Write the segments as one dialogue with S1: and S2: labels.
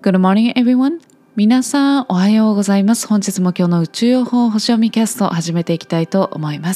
S1: Good morning, everyone. 皆さん、おはようございます。本日も今日の宇宙予報星読みキャストを始めていきたいと思います。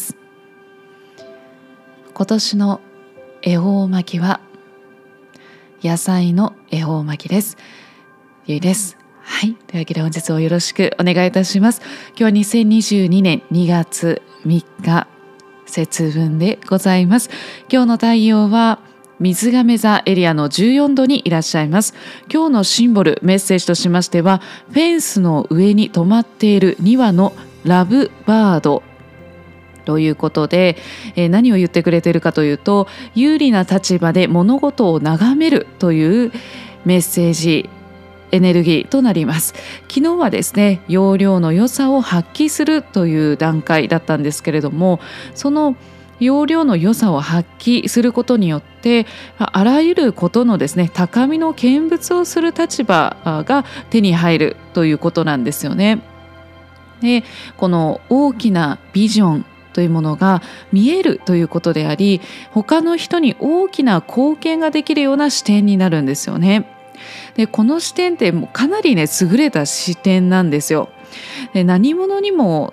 S1: 今年の恵方巻きは野菜の恵方巻きです。ゆいです。はい。というわけで本日をよろしくお願いいたします。今日は2022年2月3日、節分でございます。今日の太陽は水亀座エリアの14度にいらっしゃいます。今日のシンボル、メッセージとしましては、フェンスの上に止まっている2羽のラブバードということで、何を言ってくれているかというと、有利な立場で物事を眺めるというメッセージ、エネルギーとなります。昨日はですね、容量の良さを発揮するという段階だったんですけれども、その容量の良さを発揮することによってあらゆることのですね、高みの見物をする立場が手に入るということなんですよね。で、この大きなビジョンというものが見えるということであり、他の人に大きな貢献ができるような視点になるんですよね。で、この視点ってもうかなりね、優れた視点なんですよ。で、何者にも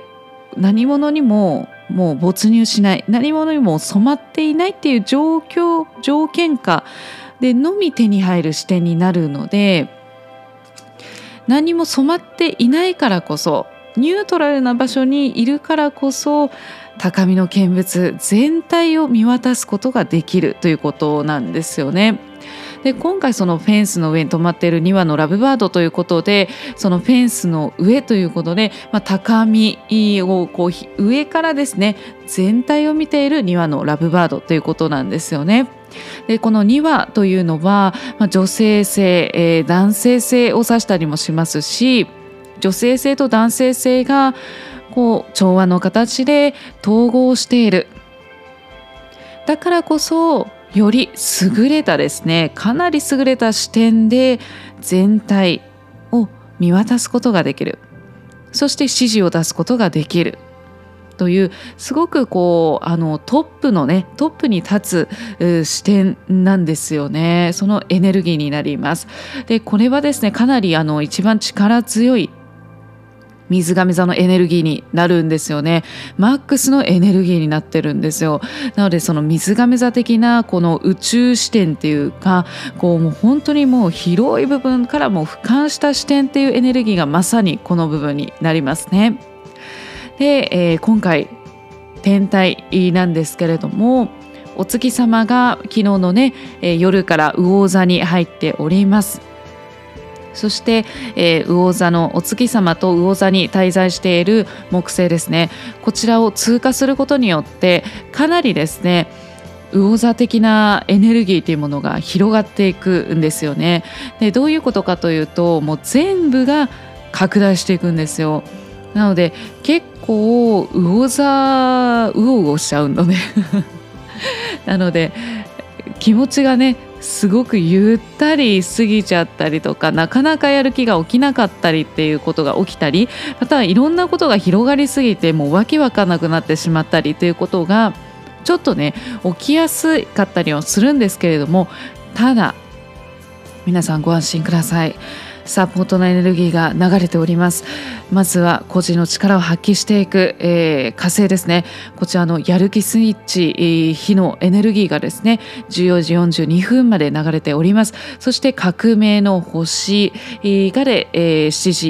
S1: もう没入しない、何者にも染まっていないっていう条件下でのみ手に入る視点になるので、何も染まっていないからこそ、ニュートラルな場所にいるからこそ、高みの見物全体を見渡すことができるということなんですよね。で、今回そのフェンスの上に止まっている2羽のラブバードということで、そのフェンスの上ということで、高みを上からですね、全体を見ている2羽のラブバードということなんですよね。で、この2羽というのは、女性性、男性性を指したりもしますし、女性性と男性性が調和の形で統合している。だからこそより優れたですね、かなり優れた視点で全体を見渡すことができる。そして指示を出すことができるという、すごくトップに立つ視点なんですよね。そのエネルギーになります。で、これはですね、かなり一番力強い水亀座のエネルギーになるんですよね。マックスのエネルギーになってるんですよ。なので、その水亀座的なこの宇宙視点っていうか、もう本当にもう広い部分からも俯瞰した視点っていうエネルギーがまさにこの部分になりますね。で、今回天体なんですけれども、お月様が昨日のね、夜から魚座に入っております。そして、魚座のお月様と魚座に滞在している木星ですね、こちらを通過することによってかなりですね、魚座的なエネルギーというものが広がっていくんですよね。で、どういうことかというと、もう全部が拡大していくんですよ。なので結構魚座うおうおしちゃうのでなので気持ちがね、すごくゆったり過ぎちゃったりとか、なかなかやる気が起きなかったりっていうことが起きたり、またはいろんなことが広がりすぎてもうわけわかんなくなってしまったりということがちょっとね、起きやすかったりはするんですけれども、ただ皆さんご安心ください。サポートのエネルギーが流れております。まずは個人の力を発揮していく、火星ですね。こちらのやる気スイッチ、火のエネルギーがですね、14時42分まで流れております。そして革命の星がで、7時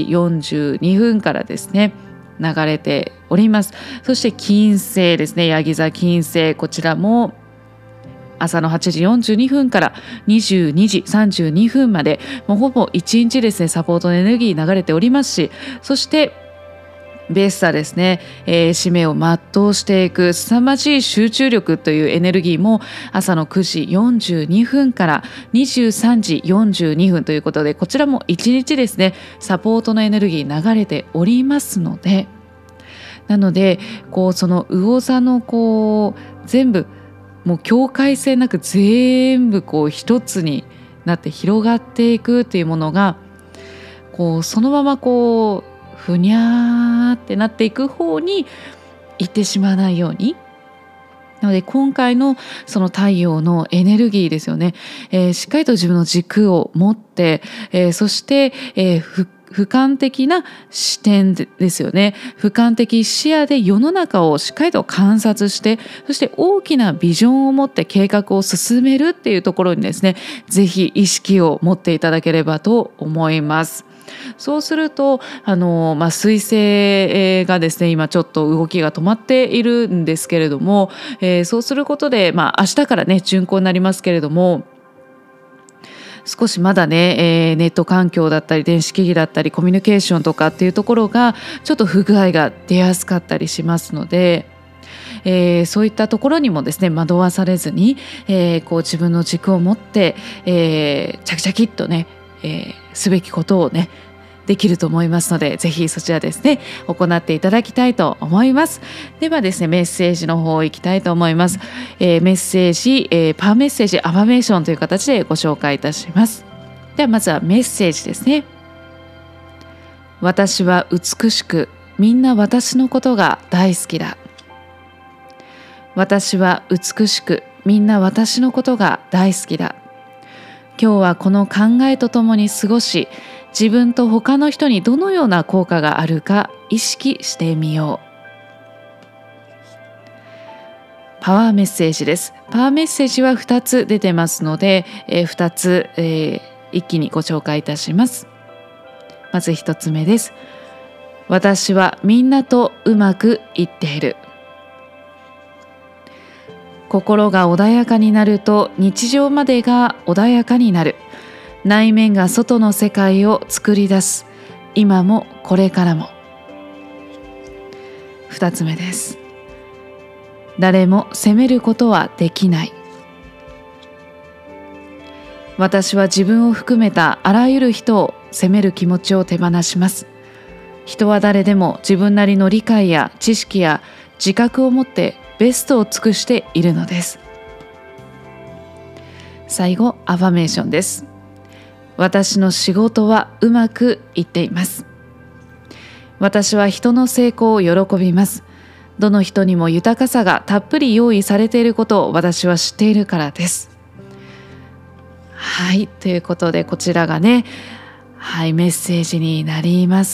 S1: 42分からですね、流れております。そして金星ですね、ヤギ座金星、こちらも朝の8時42分から22時32分まで、もうほぼ1日ですね、サポートのエネルギー流れておりますし、そしてベースタですね、使命を全うしていく凄まじい集中力というエネルギーも朝の9時42分から23時42分ということで、こちらも1日ですね、サポートのエネルギー流れておりますので、なのでその魚座の全部もう境界線なく全部一つになって広がっていくっていうものがそのままふにゃーってなっていく方に行ってしまわないように、 なので今回のその太陽のエネルギーですよね、しっかりと自分の軸を持って、そして、俯瞰的な視点ですよね。俯瞰的視野で世の中をしっかりと観察して、そして大きなビジョンを持って計画を進めるっていうところにですね、ぜひ意識を持っていただければと思います。そうすると彗星がですね今ちょっと動きが止まっているんですけれども、そうすることで、明日からね巡行になりますけれども、少しまだね、ネット環境だったり電子機器だったりコミュニケーションとかっていうところがちょっと不具合が出やすかったりしますので、そういったところにもですね惑わされずに、こう自分の軸を持って、チャキチャキっとね、すべきことをねできると思いますので、ぜひそちらですね行っていただきたいと思います。ではですねメッセージの方行きたいと思います。メッセージ、パワーメッセージアファメーションという形でご紹介いたします。ではまずはメッセージですね。私は美しく、みんな私のことが大好きだ。私は美しく、みんな私のことが大好きだ。今日はこの考えとともに過ごし、自分と他の人にどのような効果があるか意識してみよう。パワーメッセージです。パワーメッセージは2つ出てますので、2つ、一気にご紹介いたします。まず1つ目です。私はみんなとうまくいっている。心が穏やかになると日常までが穏やかになる。内面が外の世界を作り出す。今もこれからも。2つ目です。誰も責めることはできない。私は自分を含めたあらゆる人を責める気持ちを手放します。人は誰でも自分なりの理解や知識や自覚を持ってベストを尽くしているのです。最後、アファメーションです。私の仕事はうまくいっています。私は人の成功を喜びます。どの人にも豊かさがたっぷり用意されていることを私は知っているからです。はい、ということでこちらがね、メッセージになります。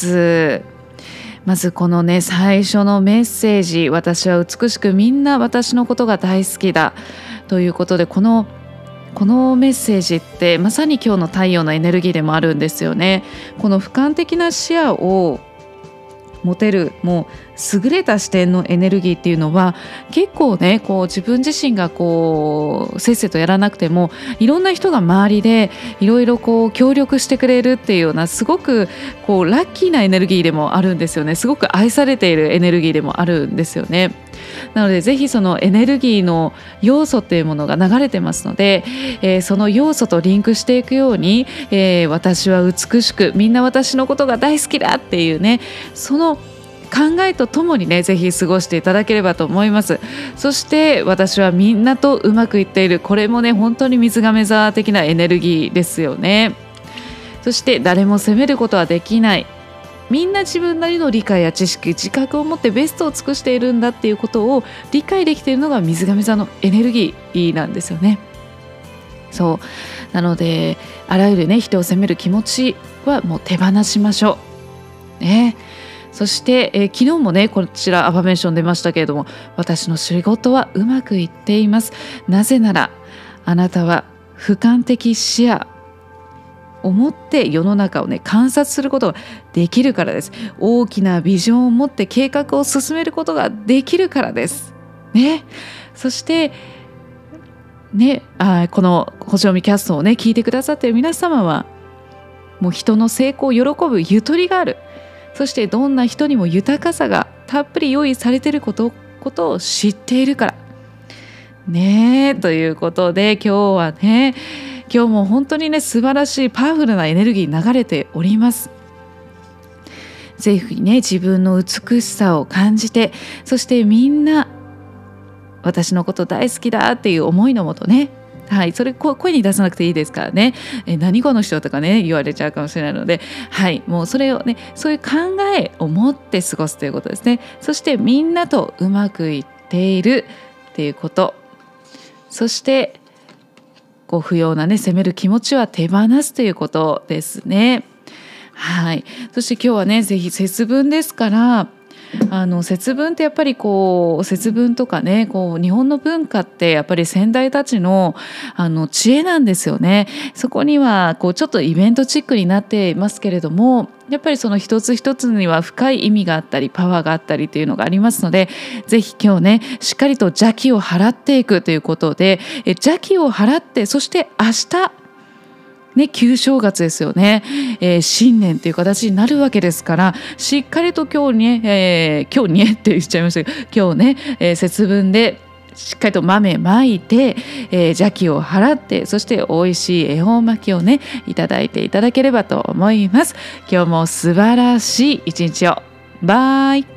S1: まずこのね最初のメッセージ、私は美しくみんな私のことが大好きだということで、このメッセージってまさに今日の太陽のエネルギーでもあるんですよね。この俯瞰的な視野を持てるもう優れた視点のエネルギーっていうのは結構ねこう自分自身がこうせっせとやらなくてもいろんな人が周りでいろいろこう協力してくれるっていうようなすごくこうラッキーなエネルギーでもあるんですよね。すごく愛されているエネルギーでもあるんですよね。なのでぜひそのエネルギーの要素っていうものが流れてますので、その要素とリンクしていくように、私は美しくみんな私のことが大好きだっていうねその考えとともにねぜひ過ごしていただければと思います。そして私はみんなとうまくいっている、これもね本当に水亀座的なエネルギーですよね。そして誰も責めることはできない、みんな自分なりの理解や知識自覚を持ってベストを尽くしているんだっていうことを理解できているのが水亀座のエネルギーなんですよね。そうなのであらゆるね人を責める気持ちはもう手放しましょうね。そして、昨日もねこちらアファメーション出ましたけれども、私の仕事はうまくいっています。なぜならあなたは俯瞰的視野を持って世の中をね観察することができるからです。大きなビジョンを持って計画を進めることができるからですね。そしてね、この星読みキャストをね聞いてくださっている皆様はもう人の成功を喜ぶゆとりがある、そしてどんな人にも豊かさがたっぷり用意されていることを知っているからね。ということで今日も本当にね素晴らしいパワフルなエネルギー流れております。ぜひね自分の美しさを感じて、そしてみんな私のこと大好きだっていう思いのもとね、それ声に出さなくていいですからね。何この人とかね言われちゃうかもしれないので、もうそれをねそういう考えを持って過ごすということですね。そしてみんなとうまくいっているっていうこと、そして不要なね責める気持ちは手放すということですね。はい、そして今日はねぜひ節分ですから、節分ってやっぱり節分とかね日本の文化ってやっぱり先代たちの知恵なんですよね。そこにはちょっとイベントチックになっていますけれども、やっぱりその一つ一つには深い意味があったりパワーがあったりというのがありますので、ぜひ今日ねしっかりと邪気を払っていくということで、邪気を払って、そして明日ね、旧正月ですよね、新年という形になるわけですから、しっかりと今日ね、今日ねって言っちゃいましたけど、今日ね、節分でしっかりと豆まいて、邪気を払って、そして美味しい恵方巻きをねいただいていただければと思います。今日も素晴らしい一日を。バイ。